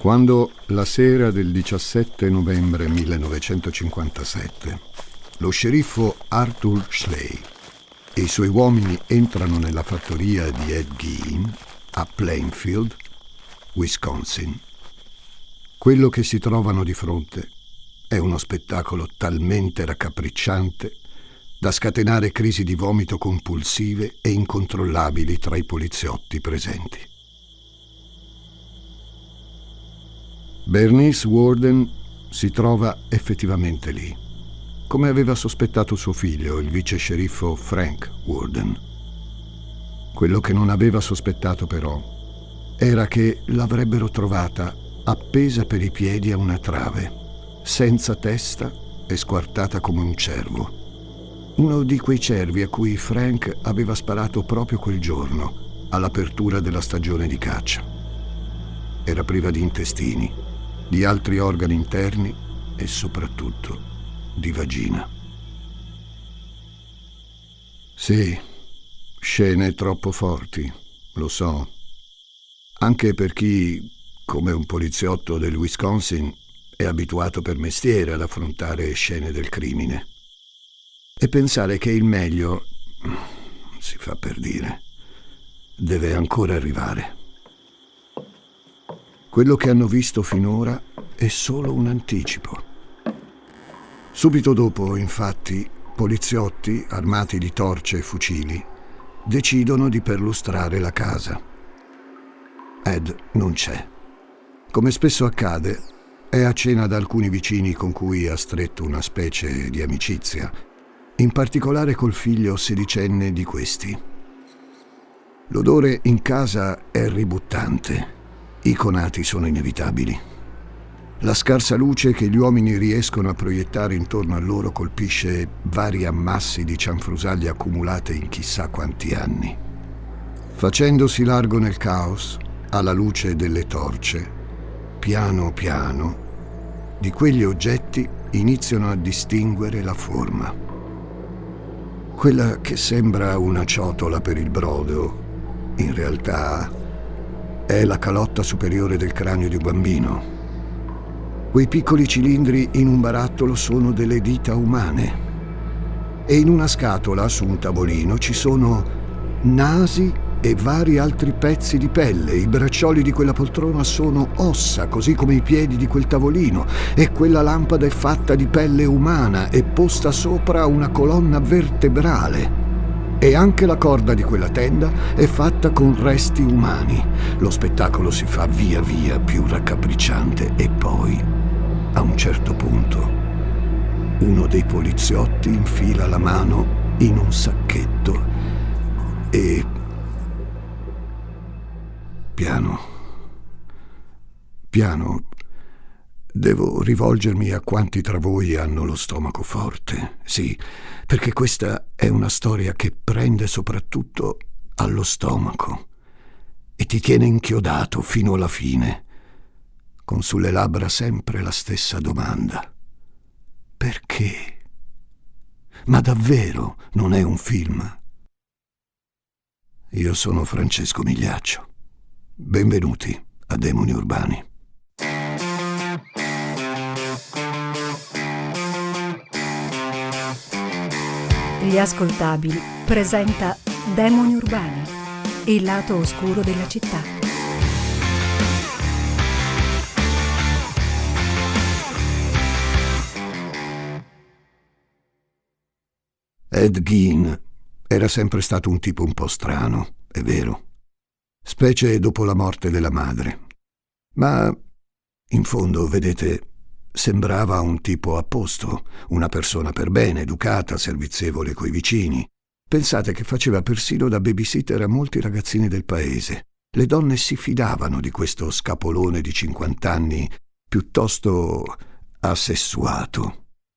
Quando la sera del 17 novembre 1957 lo sceriffo Arthur Schley e i suoi uomini entrano nella fattoria di Ed Gein a Plainfield, Wisconsin, quello che si trovano di fronte è uno spettacolo talmente raccapricciante da scatenare crisi di vomito compulsive e incontrollabili tra i poliziotti presenti. Bernice Worden si trova effettivamente lì, come aveva sospettato suo figlio, il vice sceriffo Frank Worden. Quello che non aveva sospettato però era che l'avrebbero trovata appesa per i piedi a una trave, senza testa e squartata come un cervo. Uno di quei cervi a cui Frank aveva sparato proprio quel giorno, all'apertura della stagione di caccia. Era priva di intestini, di altri organi interni e soprattutto di vagina. Sì, scene troppo forti, lo so. Anche per chi, come un poliziotto del Wisconsin, è abituato per mestiere ad affrontare scene del crimine. E pensare che il meglio, si fa per dire, deve ancora arrivare. Quello che hanno visto finora è solo un anticipo. Subito dopo, infatti, poliziotti, armati di torce e fucili, decidono di perlustrare la casa. Ed non c'è. Come spesso accade, è a cena da alcuni vicini con cui ha stretto una specie di amicizia, in particolare col figlio sedicenne di questi. L'odore in casa è ributtante. I conati sono inevitabili. La scarsa luce che gli uomini riescono a proiettare intorno a loro colpisce vari ammassi di cianfrusaglie accumulate in chissà quanti anni. Facendosi largo nel caos, alla luce delle torce, piano piano, di quegli oggetti iniziano a distinguere la forma. Quella che sembra una ciotola per il brodo, in realtà è la calotta superiore del cranio di un bambino. Quei piccoli cilindri in un barattolo sono delle dita umane. E in una scatola su un tavolino ci sono nasi e vari altri pezzi di pelle. I braccioli di quella poltrona sono ossa, così come i piedi di quel tavolino. E quella lampada è fatta di pelle umana e posta sopra una colonna vertebrale. E anche la corda di quella tenda è fatta con resti umani. Lo spettacolo si fa via via più raccapricciante e poi, a un certo punto, uno dei poliziotti infila la mano in un sacchetto e piano, devo rivolgermi a quanti tra voi hanno lo stomaco forte, sì, perché questa è una storia che prende soprattutto allo stomaco e ti tiene inchiodato fino alla fine, con sulle labbra sempre la stessa domanda. Perché? Ma davvero non è un film? Io sono Francesco Migliaccio. Benvenuti a Demoni Urbani. Gli Ascoltabili presenta Demoni Urbani, il lato oscuro della città. Ed Gein era sempre stato un tipo un po' strano, è vero, specie dopo la morte della madre. Ma, in fondo, vedete, sembrava un tipo a posto, una persona per bene, educata, servizievole coi vicini. Pensate che faceva persino da babysitter a molti ragazzini del paese. Le donne si fidavano di questo scapolone di 50 anni, piuttosto asessuato.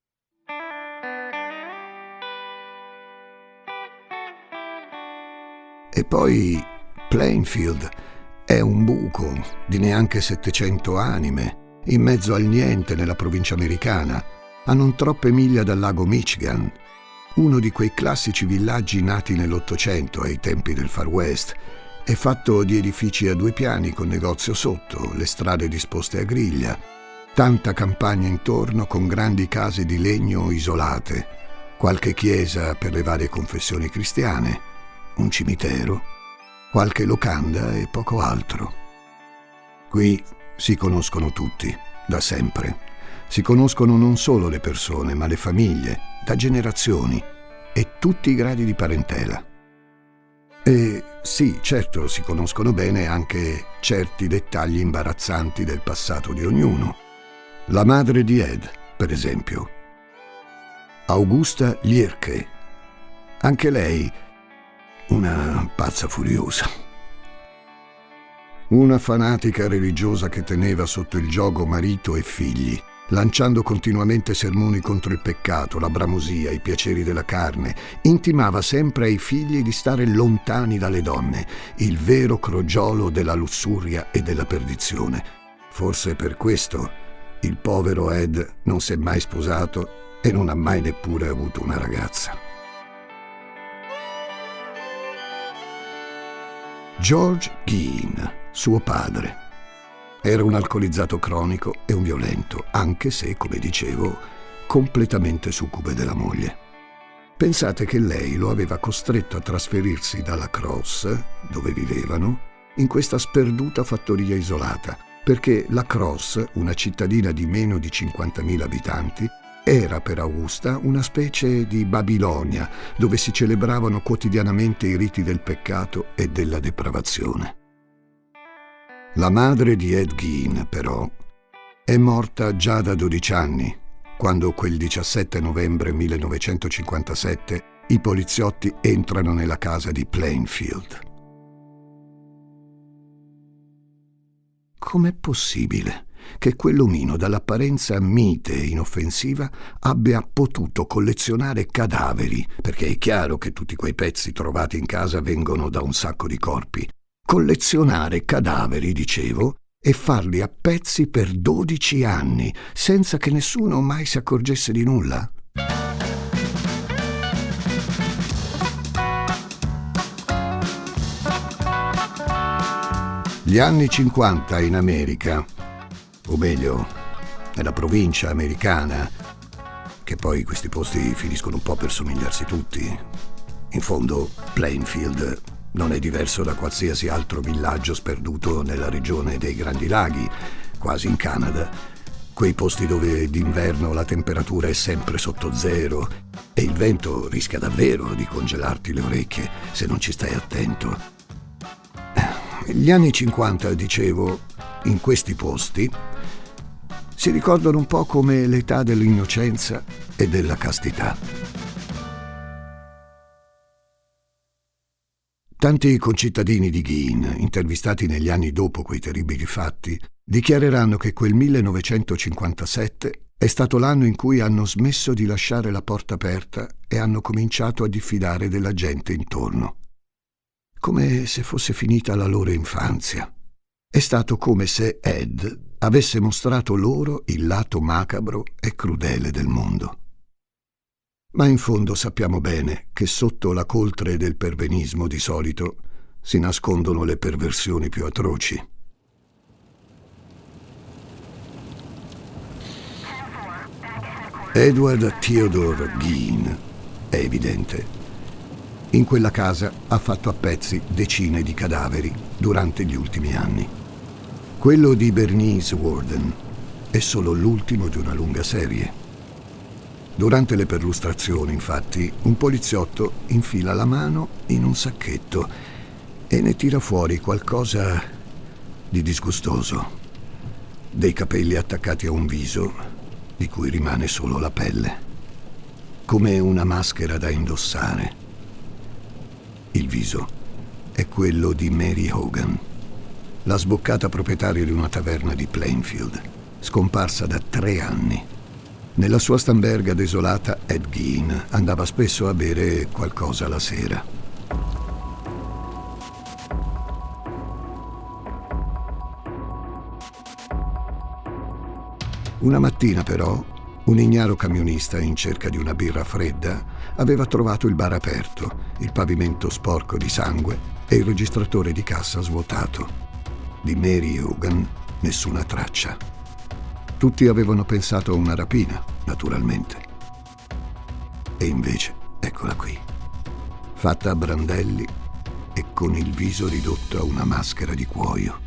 E poi Plainfield è un buco di neanche 700 anime, in mezzo al niente nella provincia americana, a non troppe miglia dal lago Michigan, uno di quei classici villaggi nati nell'Ottocento ai tempi del Far West È fatto di edifici a 2 piani con negozio sotto, le strade disposte a griglia, tanta campagna intorno con grandi case di legno isolate, qualche chiesa per le varie confessioni cristiane, un cimitero, qualche locanda e poco altro. Qui si conoscono tutti, da sempre. Si conoscono non solo le persone, ma le famiglie, da generazioni e tutti i gradi di parentela. E sì, certo, si conoscono bene anche certi dettagli imbarazzanti del passato di ognuno. La madre di Ed, per esempio, Augusta Lierke, anche lei una pazza furiosa. Una fanatica religiosa che teneva sotto il giogo marito e figli, lanciando continuamente sermoni contro il peccato, la bramosia, i piaceri della carne. Intimava sempre ai figli di stare lontani dalle donne, il vero crogiolo della lussuria e della perdizione. Forse per questo il povero Ed non si è mai sposato e non ha mai neppure avuto una ragazza. George Gein, suo padre, era un alcolizzato cronico e un violento, anche se, come dicevo, completamente succube della moglie. Pensate che lei lo aveva costretto a trasferirsi dalla Cross, dove vivevano, in questa sperduta fattoria isolata, perché la Cross, una cittadina di meno di 50.000 abitanti, era per Augusta una specie di Babilonia, dove si celebravano quotidianamente i riti del peccato e della depravazione. La madre di Ed Gein, però, è morta già da 12 anni, quando quel 17 novembre 1957 i poliziotti entrano nella casa di Plainfield. Com'è possibile che quell'omino dall'apparenza mite e inoffensiva abbia potuto collezionare cadaveri, perché è chiaro che tutti quei pezzi trovati in casa vengono da un sacco di corpi, collezionare cadaveri, dicevo, e farli a pezzi per 12 anni, senza che nessuno mai si accorgesse di nulla? Gli anni 50 in America, o meglio, nella provincia americana, che poi questi posti finiscono un po' per somigliarsi tutti. In fondo, Plainfield non è diverso da qualsiasi altro villaggio sperduto nella regione dei Grandi Laghi, quasi in Canada, quei posti dove d'inverno la temperatura è sempre sotto zero e il vento rischia davvero di congelarti le orecchie se non ci stai attento. Gli anni 50, dicevo, in questi posti si ricordano un po' come l'età dell'innocenza e della castità. Tanti concittadini di Gein, intervistati negli anni dopo quei terribili fatti, dichiareranno che quel 1957 è stato l'anno in cui hanno smesso di lasciare la porta aperta e hanno cominciato a diffidare della gente intorno. Come se fosse finita la loro infanzia. È stato come se Ed avesse mostrato loro il lato macabro e crudele del mondo. Ma in fondo sappiamo bene che sotto la coltre del perbenismo di solito si nascondono le perversioni più atroci. Edward Theodore Gein, è evidente, in quella casa ha fatto a pezzi decine di cadaveri durante gli ultimi anni. Quello di Bernice Worden è solo l'ultimo di una lunga serie. Durante le perlustrazioni, infatti, un poliziotto infila la mano in un sacchetto e ne tira fuori qualcosa di disgustoso. Dei capelli attaccati a un viso di cui rimane solo la pelle, come una maschera da indossare. Il viso è quello di Mary Hogan, la sboccata proprietaria di una taverna di Plainfield, scomparsa da 3 anni. Nella sua stamberga desolata, Ed Gein andava spesso a bere qualcosa la sera. Una mattina, però, un ignaro camionista in cerca di una birra fredda aveva trovato il bar aperto, il pavimento sporco di sangue e il registratore di cassa svuotato. Di Mary Hogan nessuna traccia. Tutti avevano pensato a una rapina, naturalmente. E invece, eccola qui, fatta a brandelli e con il viso ridotto a una maschera di cuoio.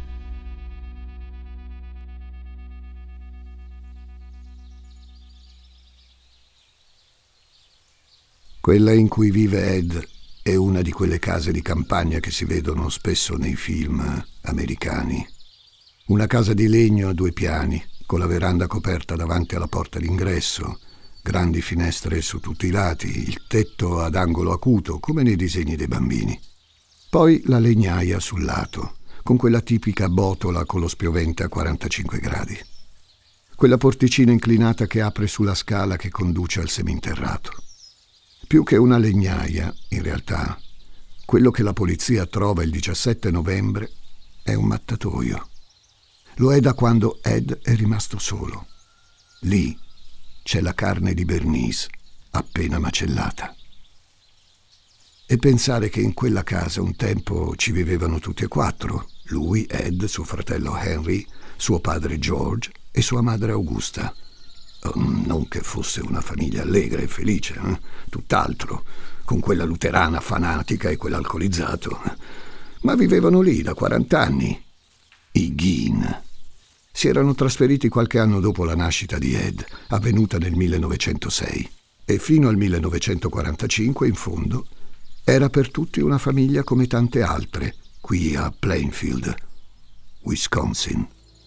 Quella in cui vive Ed è una di quelle case di campagna che si vedono spesso nei film americani. Una casa di legno a 2 piani, con la veranda coperta davanti alla porta d'ingresso, grandi finestre su tutti i lati, il tetto ad angolo acuto, come nei disegni dei bambini. Poi la legnaia sul lato, con quella tipica botola con lo spiovente a 45 gradi. Quella porticina inclinata che apre sulla scala che conduce al seminterrato. Più che una legnaia, in realtà, quello che la polizia trova il 17 novembre è un mattatoio. Lo è da quando Ed è rimasto solo. Lì c'è la carne di Bernice, appena macellata. E pensare che in quella casa un tempo ci vivevano tutti e 4, lui, Ed, suo fratello Henry, suo padre George e sua madre Augusta. Non che fosse una famiglia allegra e felice, tutt'altro, con quella luterana fanatica e quell'alcolizzato. Ma vivevano lì da 40 anni. I Gein. Si erano trasferiti qualche anno dopo la nascita di Ed, avvenuta nel 1906, e fino al 1945, in fondo, era per tutti una famiglia come tante altre, qui a Plainfield, Wisconsin.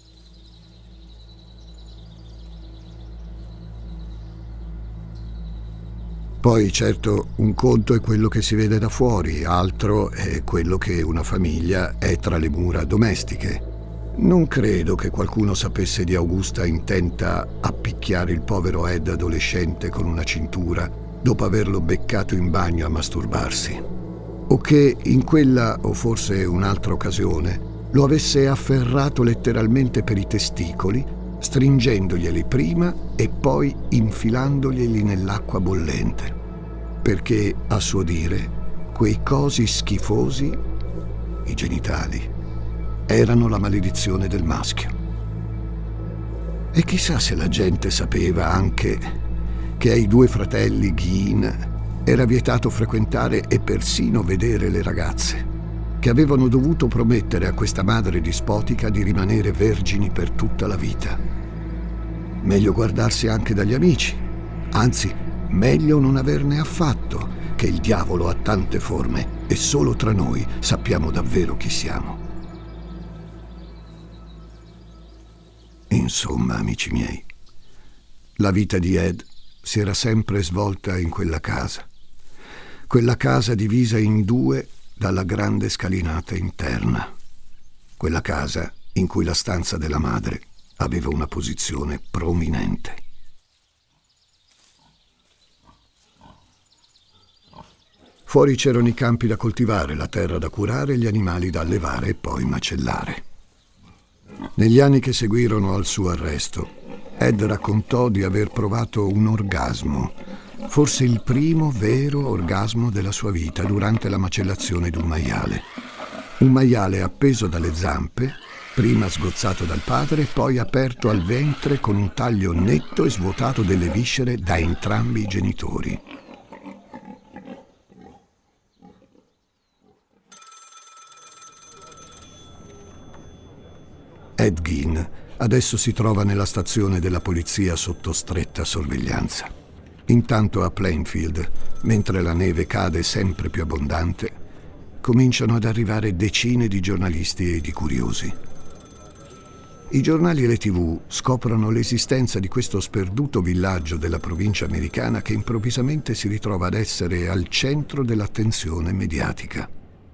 Poi, certo, un conto è quello che si vede da fuori, altro è quello che una famiglia è tra le mura domestiche. Non credo che qualcuno sapesse di Augusta intenta a picchiare il povero Ed adolescente con una cintura dopo averlo beccato in bagno a masturbarsi, o che in quella o forse un'altra occasione lo avesse afferrato letteralmente per i testicoli, stringendoglieli prima e poi infilandoglieli nell'acqua bollente, perché, a suo dire, quei cosi schifosi, i genitali, erano la maledizione del maschio. E chissà se la gente sapeva anche che ai 2 fratelli Gein era vietato frequentare e persino vedere le ragazze, che avevano dovuto promettere a questa madre dispotica di rimanere vergini per tutta la vita. Meglio guardarsi anche dagli amici, anzi, meglio non averne affatto, che il diavolo ha tante forme e solo tra noi sappiamo davvero chi siamo. Insomma, amici miei, la vita di Ed si era sempre svolta in quella casa divisa in 2 dalla grande scalinata interna, quella casa in cui la stanza della madre aveva una posizione prominente. Fuori c'erano i campi da coltivare, la terra da curare, gli animali da allevare e poi macellare. Negli anni che seguirono al suo arresto, Ed raccontò di aver provato un orgasmo, forse il primo vero orgasmo della sua vita, durante la macellazione di un maiale. Un maiale appeso dalle zampe, prima sgozzato dal padre, poi aperto al ventre con un taglio netto e svuotato delle viscere da entrambi i genitori. Ed Gein adesso si trova nella stazione della polizia sotto stretta sorveglianza. Intanto a Plainfield, mentre la neve cade sempre più abbondante, cominciano ad arrivare decine di giornalisti e di curiosi. I giornali e le TV scoprono l'esistenza di questo sperduto villaggio della provincia americana che improvvisamente si ritrova ad essere al centro dell'attenzione mediatica.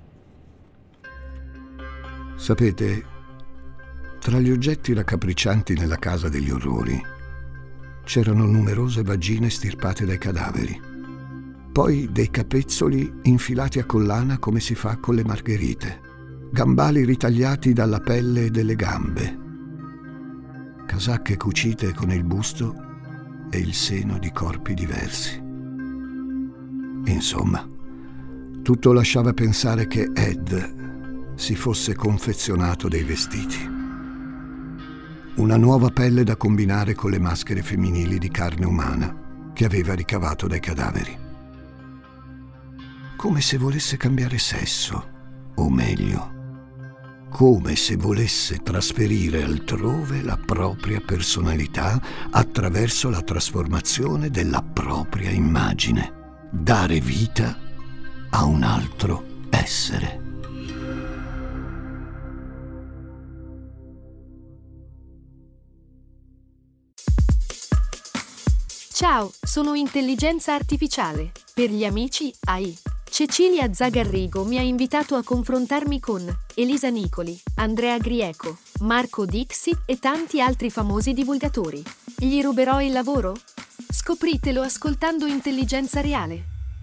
Sapete, tra gli oggetti raccapriccianti nella casa degli orrori c'erano numerose vagine stirpate dai cadaveri, poi dei capezzoli infilati a collana come si fa con le margherite, gambali ritagliati dalla pelle delle gambe, casacche cucite con il busto e il seno di corpi diversi. Insomma, Tutto lasciava pensare che Ed si fosse confezionato dei vestiti. Una nuova pelle da combinare con le maschere femminili di carne umana che aveva ricavato dai cadaveri. Come se volesse cambiare sesso, o meglio, come se volesse trasferire altrove la propria personalità attraverso la trasformazione della propria immagine, dare vita a un altro essere. Ciao, sono intelligenza artificiale. Per gli amici, AI. Cecilia Zagarrigo mi ha invitato a confrontarmi con Elisa Nicoli, Andrea Grieco, Marco Dixi e tanti altri famosi divulgatori. Gli ruberò il lavoro? Scopritelo ascoltando Intelligenza Reale.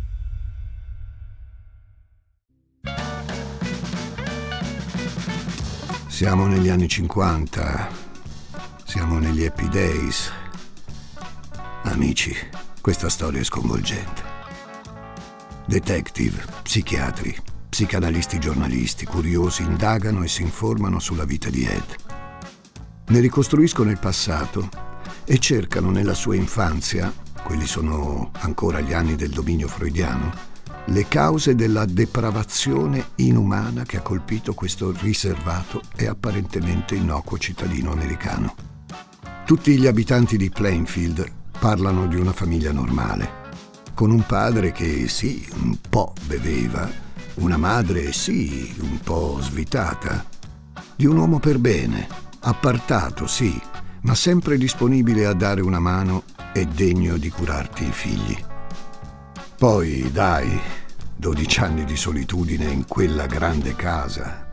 Siamo negli anni 50, siamo negli Happy Days. Amici, questa storia è sconvolgente. Detective, psichiatri, psicanalisti, giornalisti, curiosi indagano e si informano sulla vita di Ed. Ne ricostruiscono il passato e cercano nella sua infanzia, quelli sono ancora gli anni del dominio freudiano, le cause della depravazione inumana che ha colpito questo riservato e apparentemente innocuo cittadino americano. Tutti gli abitanti di Plainfield parlano di una famiglia normale, con un padre che sì, un po' beveva, una madre sì, un po' svitata, di un uomo per bene, appartato sì, ma sempre disponibile a dare una mano e degno di curarti i figli. Poi, dai, 12 anni di solitudine in quella grande casa.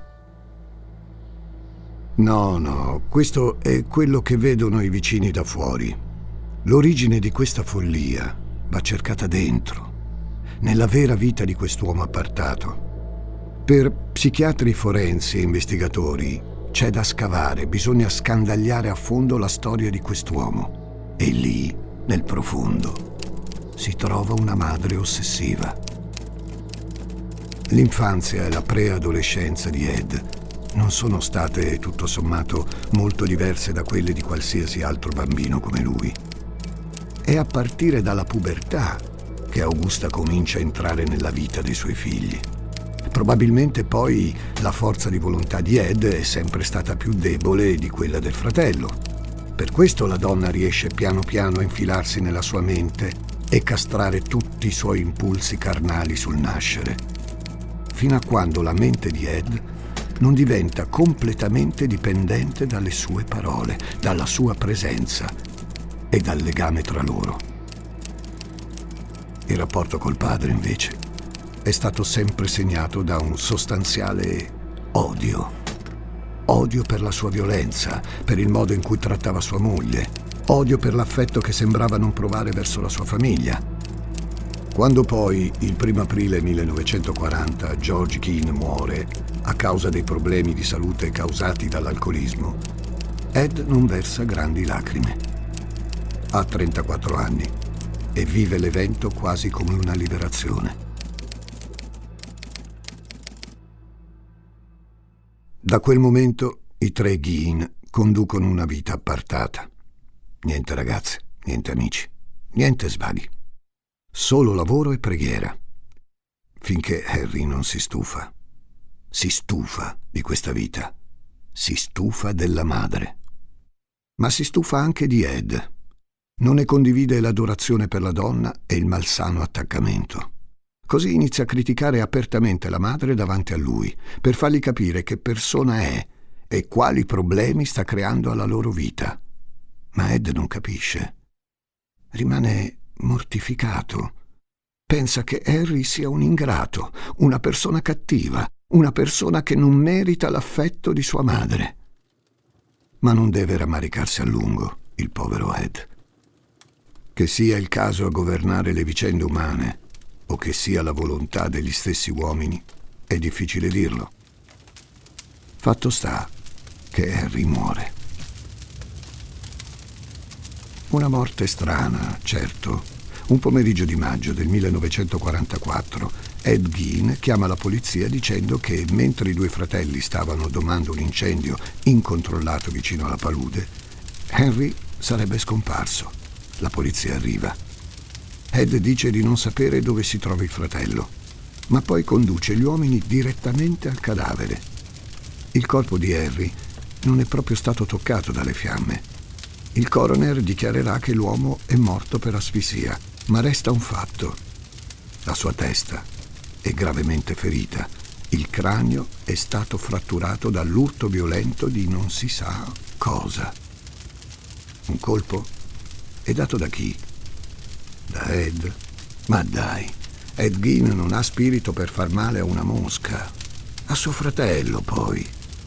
No, questo è quello che vedono i vicini da fuori. L'origine di questa follia va cercata dentro, nella vera vita di quest'uomo appartato. Per psichiatri forensi e investigatori c'è da scavare, bisogna scandagliare a fondo la storia di quest'uomo. E lì, nel profondo, si trova una madre ossessiva. L'infanzia e la preadolescenza di Ed non sono state, tutto sommato, molto diverse da quelle di qualsiasi altro bambino come lui. È a partire dalla pubertà che Augusta comincia a entrare nella vita dei suoi figli. Probabilmente poi la forza di volontà di Ed è sempre stata più debole di quella del fratello. Per questo la donna riesce piano piano a infilarsi nella sua mente e castrare tutti i suoi impulsi carnali sul nascere, fino a quando la mente di Ed non diventa completamente dipendente dalle sue parole, dalla sua presenza e dal legame tra loro. Il rapporto col padre, invece, è stato sempre segnato da un sostanziale odio. Odio per la sua violenza, per il modo in cui trattava sua moglie, odio per l'affetto che sembrava non provare verso la sua famiglia. Quando poi, il 1 aprile 1940, George Keane muore a causa dei problemi di salute causati dall'alcolismo, Ed non versa grandi lacrime. Ha 34 anni e vive l'evento quasi come una liberazione. Da quel momento i tre Geane conducono una vita appartata. Niente ragazze, niente amici, niente svaghi. Solo lavoro e preghiera. Finché Harry non si stufa. Si stufa di questa vita. Si stufa della madre. Ma si stufa anche di Ed. Non ne condivide l'adorazione per la donna e il malsano attaccamento. Così inizia a criticare apertamente la madre davanti a lui, per fargli capire che persona è e quali problemi sta creando alla loro vita. Ma Ed non capisce. Rimane mortificato. Pensa che Harry sia un ingrato, una persona cattiva, una persona che non merita l'affetto di sua madre. Ma non deve rammaricarsi a lungo, il povero Ed. Che sia il caso a governare le vicende umane o che sia la volontà degli stessi uomini, è difficile dirlo. Fatto sta che Harry muore. Una morte strana, certo. Un pomeriggio di maggio del 1944, Ed Gein chiama la polizia dicendo che mentre i due fratelli stavano domando un incendio incontrollato vicino alla palude, Henry sarebbe scomparso. La polizia arriva. Ed dice di non sapere dove si trova il fratello, ma poi conduce gli uomini direttamente al cadavere. Il corpo di Henry non è proprio stato toccato dalle fiamme. Il coroner dichiarerà che l'uomo è morto per asfissia, ma resta un fatto. La sua testa è gravemente ferita. Il cranio è stato fratturato dall'urto violento di non si sa cosa. Un colpo? È dato da chi? Da Ed? Ma dai, Ed Gein non ha spirito per far male a una mosca. A suo fratello, poi.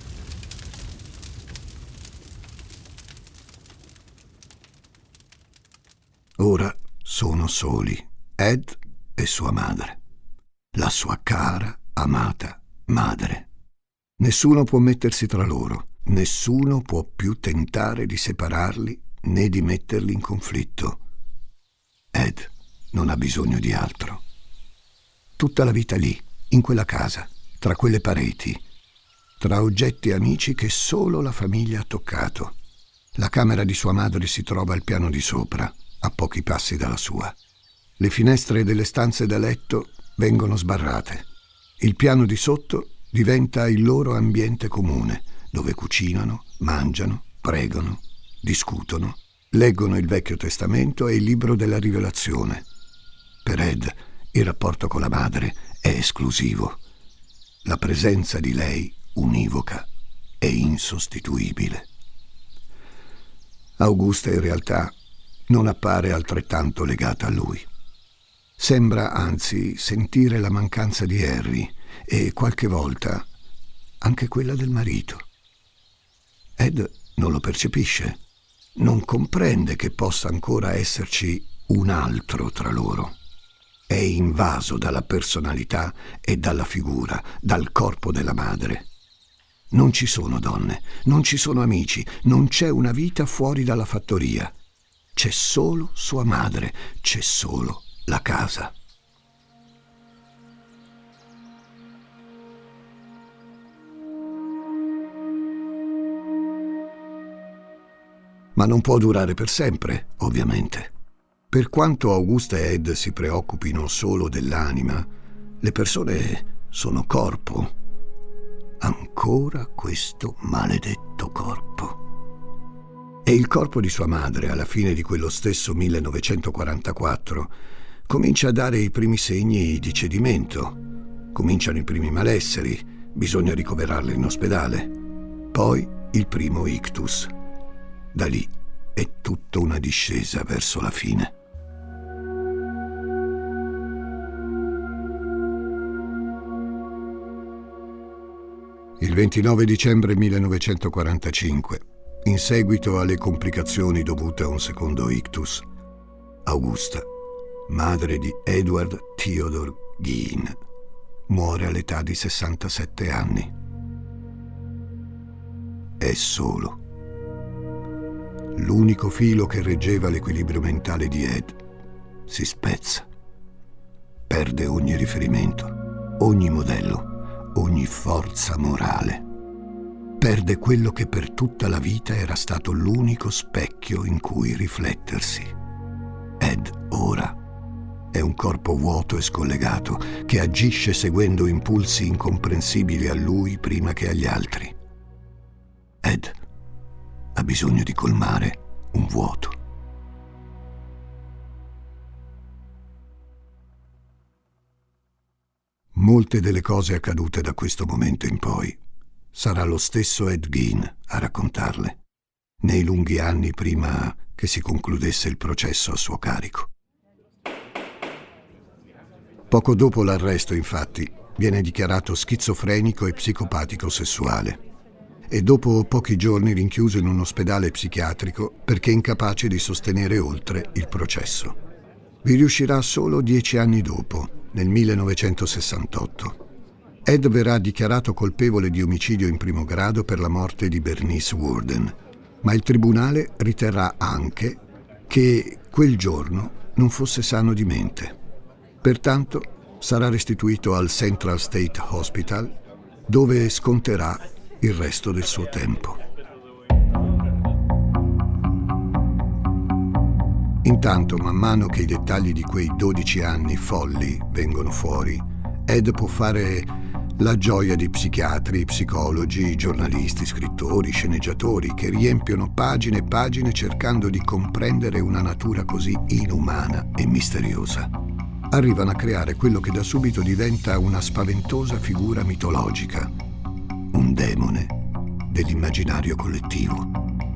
Ora sono soli, Ed e sua madre. La sua cara, amata madre. Nessuno può mettersi tra loro, nessuno può più tentare di separarli né di metterli in conflitto. Ed non ha bisogno di altro. Tutta la vita lì, in quella casa, tra quelle pareti, tra oggetti amici che solo la famiglia ha toccato. La camera di sua madre si trova al piano di sopra, a pochi passi dalla sua. Le finestre delle stanze da letto vengono sbarrate. Il piano di sotto diventa il loro ambiente comune, dove cucinano, mangiano, pregano, discutono, leggono il Vecchio Testamento e il libro della Rivelazione. Per Ed il rapporto con la madre è esclusivo. La presenza di lei univoca e insostituibile. Augusta in realtà non appare altrettanto legata a lui. Sembra anzi sentire la mancanza di Henry e qualche volta anche quella del marito. Ed non lo percepisce, non comprende che possa ancora esserci un altro tra loro. È invaso dalla personalità e dalla figura, dal corpo della madre. Non ci sono donne, non ci sono amici, non c'è una vita fuori dalla fattoria. C'è solo sua madre, c'è solo la casa. Ma non può durare per sempre, ovviamente. Per quanto Augusta e Ed si preoccupino solo dell'anima, le persone sono corpo. Ancora questo maledetto corpo. E il corpo di sua madre, alla fine di quello stesso 1944, comincia a dare i primi segni di cedimento. Cominciano i primi malesseri, bisogna ricoverarla in ospedale. Poi il primo ictus. Da lì è tutta una discesa verso la fine. Il 29 dicembre 1945, in seguito alle complicazioni dovute a un secondo ictus, Augusta, madre di Edward Theodore Gein, muore all'età di 67 anni. È solo. L'unico filo che reggeva l'equilibrio mentale di Ed si spezza. Perde ogni riferimento, ogni modello, ogni forza morale. Perde quello che per tutta la vita era stato l'unico specchio in cui riflettersi. Ed ora è un corpo vuoto e scollegato che agisce seguendo impulsi incomprensibili a lui prima che agli altri. Ed ha bisogno di colmare un vuoto. Molte delle cose accadute da questo momento in poi sarà lo stesso Ed Gein a raccontarle, nei lunghi anni prima che si concludesse il processo a suo carico. Poco dopo l'arresto, infatti, viene dichiarato schizofrenico e psicopatico sessuale e dopo pochi giorni rinchiuso in un ospedale psichiatrico perché incapace di sostenere oltre il processo. Vi riuscirà solo 10 anni dopo, nel 1968. Ed verrà dichiarato colpevole di omicidio in primo grado per la morte di Bernice Worden, ma il tribunale riterrà anche che quel giorno non fosse sano di mente. Pertanto sarà restituito al Central State Hospital, dove sconterà il resto del suo tempo. Intanto, man mano che i dettagli di quei 12 anni folli vengono fuori, Ed può fare la gioia di psichiatri, psicologi, giornalisti, scrittori, sceneggiatori che riempiono pagine e pagine cercando di comprendere una natura così inumana e misteriosa. Arrivano a creare quello che da subito diventa una spaventosa figura mitologica, un demone dell'immaginario collettivo.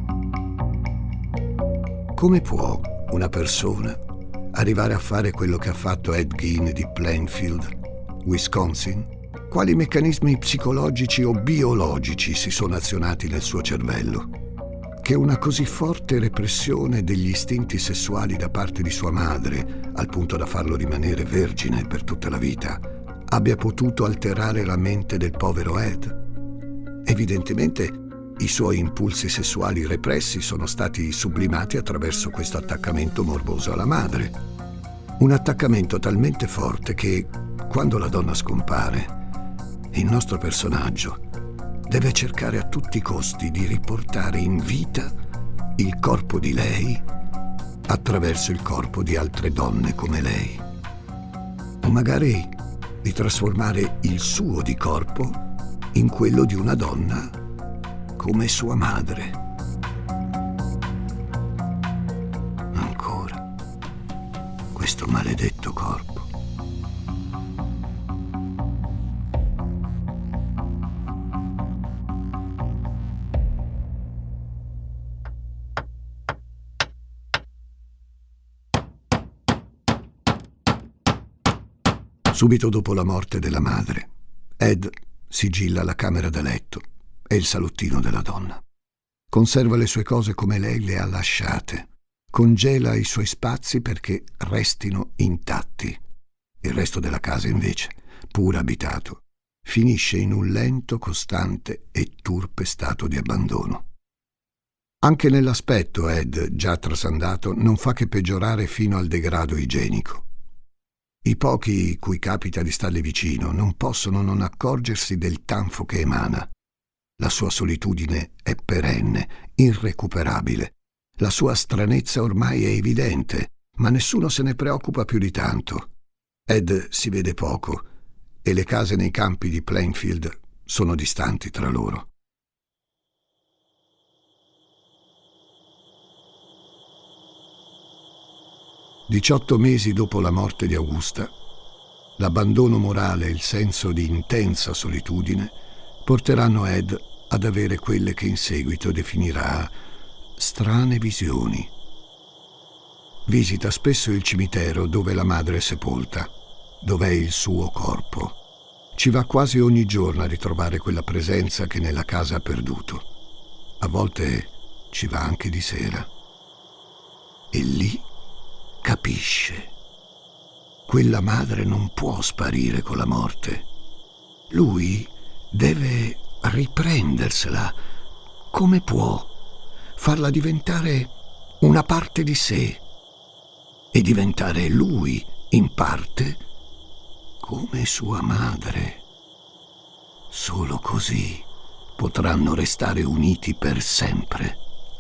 Come può una persona arrivare a fare quello che ha fatto Ed Gein di Plainfield, Wisconsin? Quali meccanismi psicologici o biologici si sono azionati nel suo cervello? Che una così forte repressione degli istinti sessuali da parte di sua madre, al punto da farlo rimanere vergine per tutta la vita, abbia potuto alterare la mente del povero Ed? Evidentemente i suoi impulsi sessuali repressi sono stati sublimati attraverso questo attaccamento morboso alla madre. Un attaccamento talmente forte che, quando la donna scompare, il nostro personaggio deve cercare a tutti i costi di riportare in vita il corpo di lei attraverso il corpo di altre donne come lei. O magari di trasformare il suo di corpo in quello di una donna come sua madre. Ancora, questo maledetto corpo. Subito dopo la morte della madre, Ed sigilla la camera da letto e il salottino della donna. Conserva le sue cose come lei le ha lasciate. Congela i suoi spazi perché restino intatti. Il resto della casa, invece, pur abitato, finisce in un lento, costante e turpe stato di abbandono. Anche nell'aspetto Ed, già trasandato, non fa che peggiorare fino al degrado igienico. I pochi cui capita di starle vicino non possono non accorgersi del tanfo che emana. La sua solitudine è perenne, irrecuperabile. La sua stranezza ormai è evidente, ma nessuno se ne preoccupa più di tanto. Ed si vede poco e le case nei campi di Plainfield sono distanti tra loro. «18 mesi dopo la morte di Augusta, l'abbandono morale e il senso di intensa solitudine porteranno Ed ad avere quelle che in seguito definirà strane visioni. Visita spesso il cimitero dove la madre è sepolta, dov'è il suo corpo. Ci va quasi ogni giorno a ritrovare quella presenza che nella casa ha perduto. A volte ci va anche di sera. E lì capisce. Quella madre non può sparire con la morte. Lui deve riprendersela. Come può? Farla diventare una parte di sé e diventare lui, in parte, come sua madre. Solo così potranno restare uniti per sempre.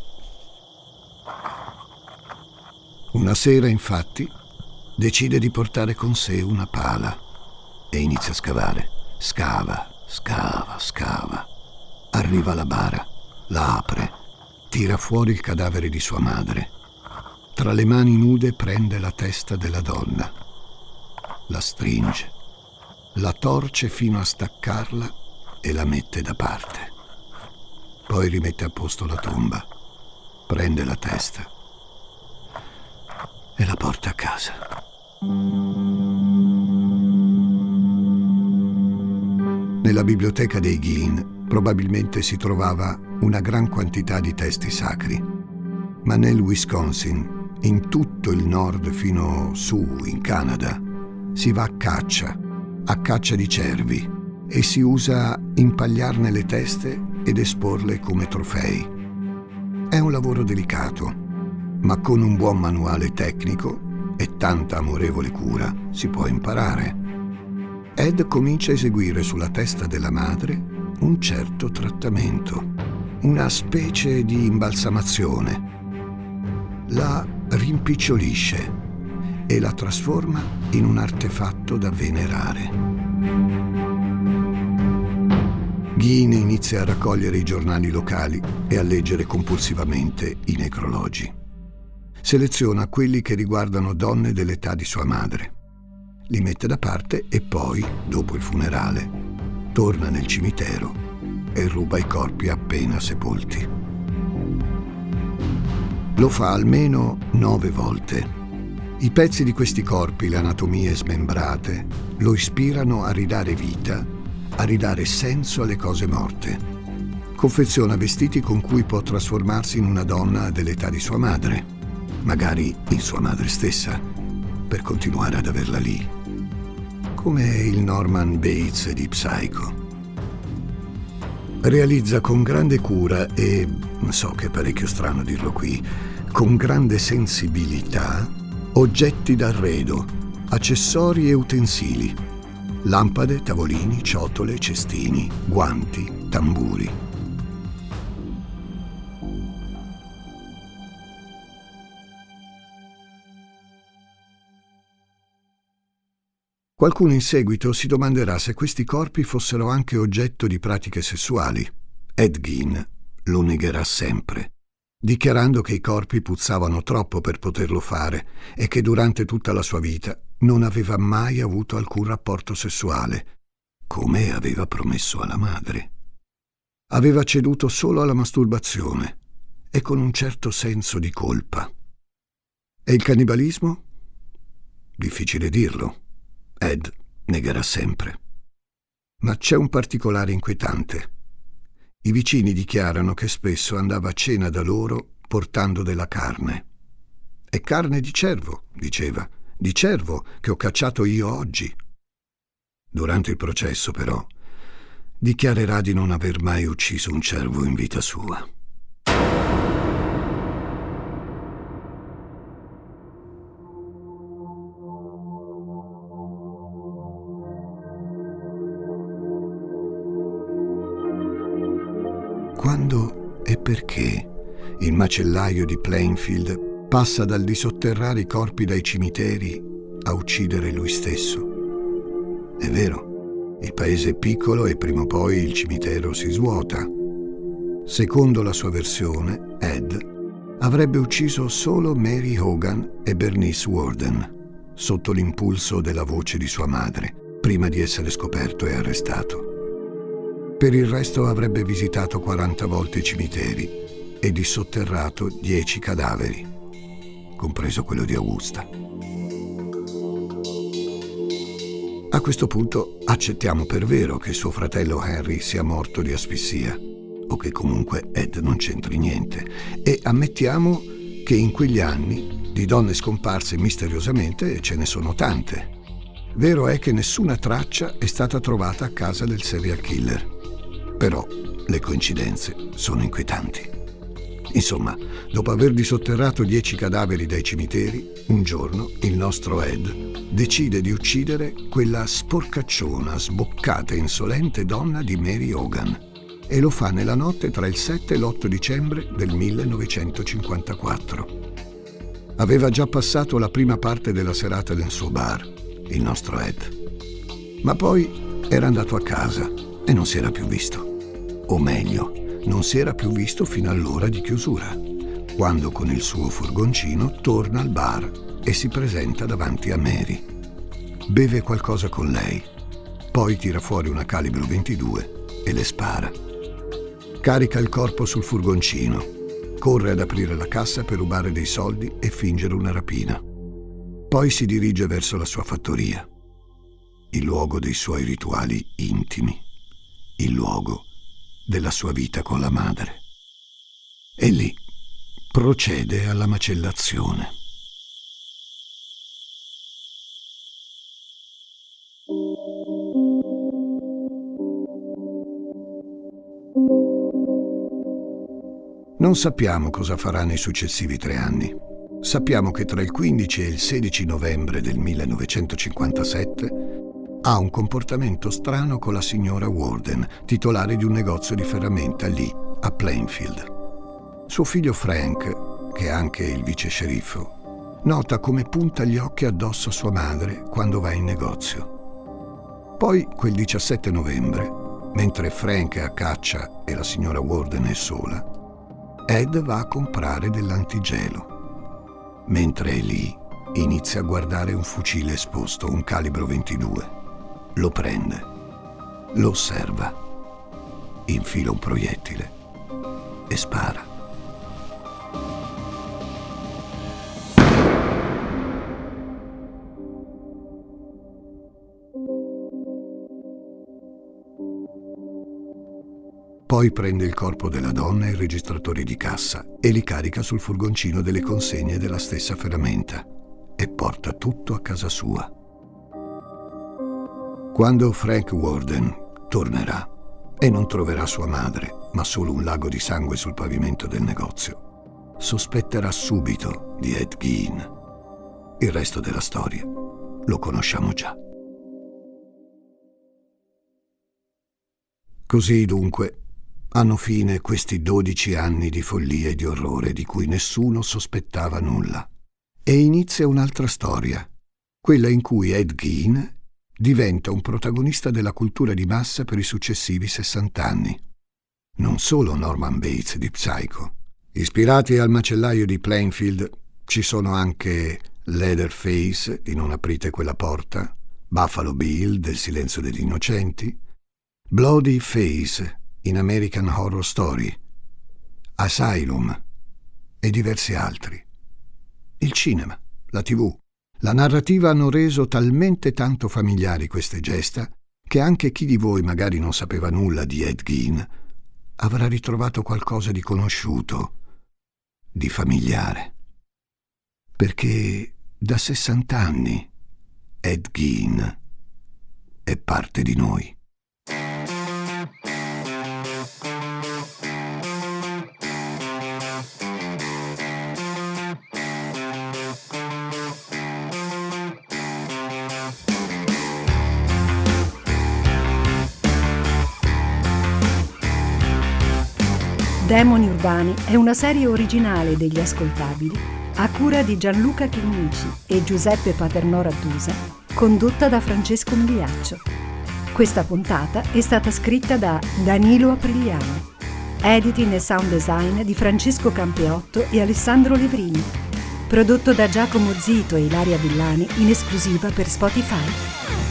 Una sera, infatti, decide di portare con sé una pala e inizia a scavare. Scava. Arriva alla bara, la apre, tira fuori il cadavere di sua madre. Tra le mani nude prende la testa della donna, la stringe, la torce fino a staccarla e la mette da parte. Poi rimette a posto la tomba, prende la testa e la porta a casa. Nella biblioteca dei Gein probabilmente si trovava una gran quantità di testi sacri, ma nel Wisconsin, in tutto il nord fino su in Canada, si va a caccia di cervi e si usa impagliarne le teste ed esporle come trofei. È un lavoro delicato, ma con un buon manuale tecnico e tanta amorevole cura si può imparare. Ed comincia a eseguire sulla testa della madre un certo trattamento, una specie di imbalsamazione. La rimpicciolisce e la trasforma in un artefatto da venerare. Gein inizia a raccogliere i giornali locali e a leggere compulsivamente i necrologi. Seleziona quelli che riguardano donne dell'età di sua madre. Li mette da parte e poi, dopo il funerale, torna nel cimitero e ruba i corpi appena sepolti. Lo fa almeno 9 volte. I pezzi di questi corpi, le anatomie smembrate, lo ispirano a ridare vita, a ridare senso alle cose morte. Confeziona vestiti con cui può trasformarsi in una donna dell'età di sua madre, magari in sua madre stessa, per continuare ad averla lì. Come il Norman Bates di Psycho. Realizza con grande cura e, so che è parecchio strano dirlo qui, con grande sensibilità, oggetti d'arredo, accessori e utensili, lampade, tavolini, ciotole, cestini, guanti, tamburi. Qualcuno in seguito si domanderà se questi corpi fossero anche oggetto di pratiche sessuali. Ed Gein lo negherà sempre, dichiarando che i corpi puzzavano troppo per poterlo fare e che durante tutta la sua vita non aveva mai avuto alcun rapporto sessuale, come aveva promesso alla madre. Aveva ceduto solo alla masturbazione e con un certo senso di colpa. E il cannibalismo? Difficile dirlo. Ed negherà sempre. Ma c'è un particolare inquietante. I vicini dichiarano che spesso andava a cena da loro portando della carne. «È carne di cervo», diceva, «di cervo che ho cacciato io oggi». Durante il processo, però, dichiarerà di non aver mai ucciso un cervo in vita sua. Quando e perché il macellaio di Plainfield passa dal disotterrare i corpi dai cimiteri a uccidere lui stesso? È vero, il paese è piccolo e prima o poi il cimitero si svuota. Secondo la sua versione, Ed avrebbe ucciso solo Mary Hogan e Bernice Worden, sotto l'impulso della voce di sua madre, prima di essere scoperto e arrestato. Per il resto avrebbe visitato 40 volte i cimiteri e dissotterrato 10 cadaveri, compreso quello di Augusta. A questo punto accettiamo per vero che suo fratello Henry sia morto di asfissia, o che comunque Ed non c'entri niente, e ammettiamo che in quegli anni di donne scomparse misteriosamente ce ne sono tante. Vero è che nessuna traccia è stata trovata a casa del serial killer. Però le coincidenze sono inquietanti. Insomma, dopo aver disotterrato 10 cadaveri dai cimiteri, un giorno il nostro Ed decide di uccidere quella sporcacciona, sboccata e insolente donna di Mary Hogan e lo fa nella notte tra il 7 e l'8 dicembre del 1954. Aveva già passato la prima parte della serata nel suo bar, il nostro Ed. Ma poi era andato a casa e non si era più visto. O meglio, non si era più visto fino all'ora di chiusura, quando con il suo furgoncino torna al bar e si presenta davanti a Mary. Beve qualcosa con lei, poi tira fuori una calibro 22 e le spara. Carica il corpo sul furgoncino, corre ad aprire la cassa per rubare dei soldi e fingere una rapina. Poi si dirige verso la sua fattoria, il luogo dei suoi rituali intimi, il luogo della sua vita con la madre. E lì procede alla macellazione. Non sappiamo cosa farà nei successivi 3 anni. Sappiamo che tra il 15 e il 16 novembre del 1957 ha un comportamento strano con la signora Warden, titolare di un negozio di ferramenta lì, a Plainfield. Suo figlio Frank, che è anche il vice sceriffo, nota come punta gli occhi addosso a sua madre quando va in negozio. Poi, quel 17 novembre, mentre Frank è a caccia e la signora Warden è sola, Ed va a comprare dell'antigelo. Mentre è lì, inizia a guardare un fucile esposto, un calibro 22. Lo prende, lo osserva, infila un proiettile e spara. Poi prende il corpo della donna e il registratore di cassa e li carica sul furgoncino delle consegne della stessa ferramenta e porta tutto a casa sua. Quando Frank Warden tornerà e non troverà sua madre, ma solo un lago di sangue sul pavimento del negozio, sospetterà subito di Ed Gein. Il resto della storia lo conosciamo già. Così dunque hanno fine questi 12 anni di follia e di orrore di cui nessuno sospettava nulla. E inizia un'altra storia, quella in cui Ed Gein diventa un protagonista della cultura di massa per i successivi 60 anni. Non solo Norman Bates di Psycho. Ispirati al macellaio di Plainfield ci sono anche Leatherface di Non aprite quella porta, Buffalo Bill del Silenzio degli innocenti, Bloody Face in American Horror Story, Asylum e diversi altri. Il cinema, la TV, la narrativa hanno reso talmente tanto familiari queste gesta che anche chi di voi magari non sapeva nulla di Ed Gein avrà ritrovato qualcosa di conosciuto, di familiare. Perché da 60 anni Ed Gein è parte di noi. Demoni Urbani è una serie originale degli Ascoltabili a cura di Gianluca Chinnici e Giuseppe Paternò Rattusa, condotta da Francesco Migliaccio. Questa puntata è stata scritta da Danilo Aprigliano, editing e sound design di Francesco Campeotto e Alessandro Levrini, prodotto da Giacomo Zito e Ilaria Villani in esclusiva per Spotify.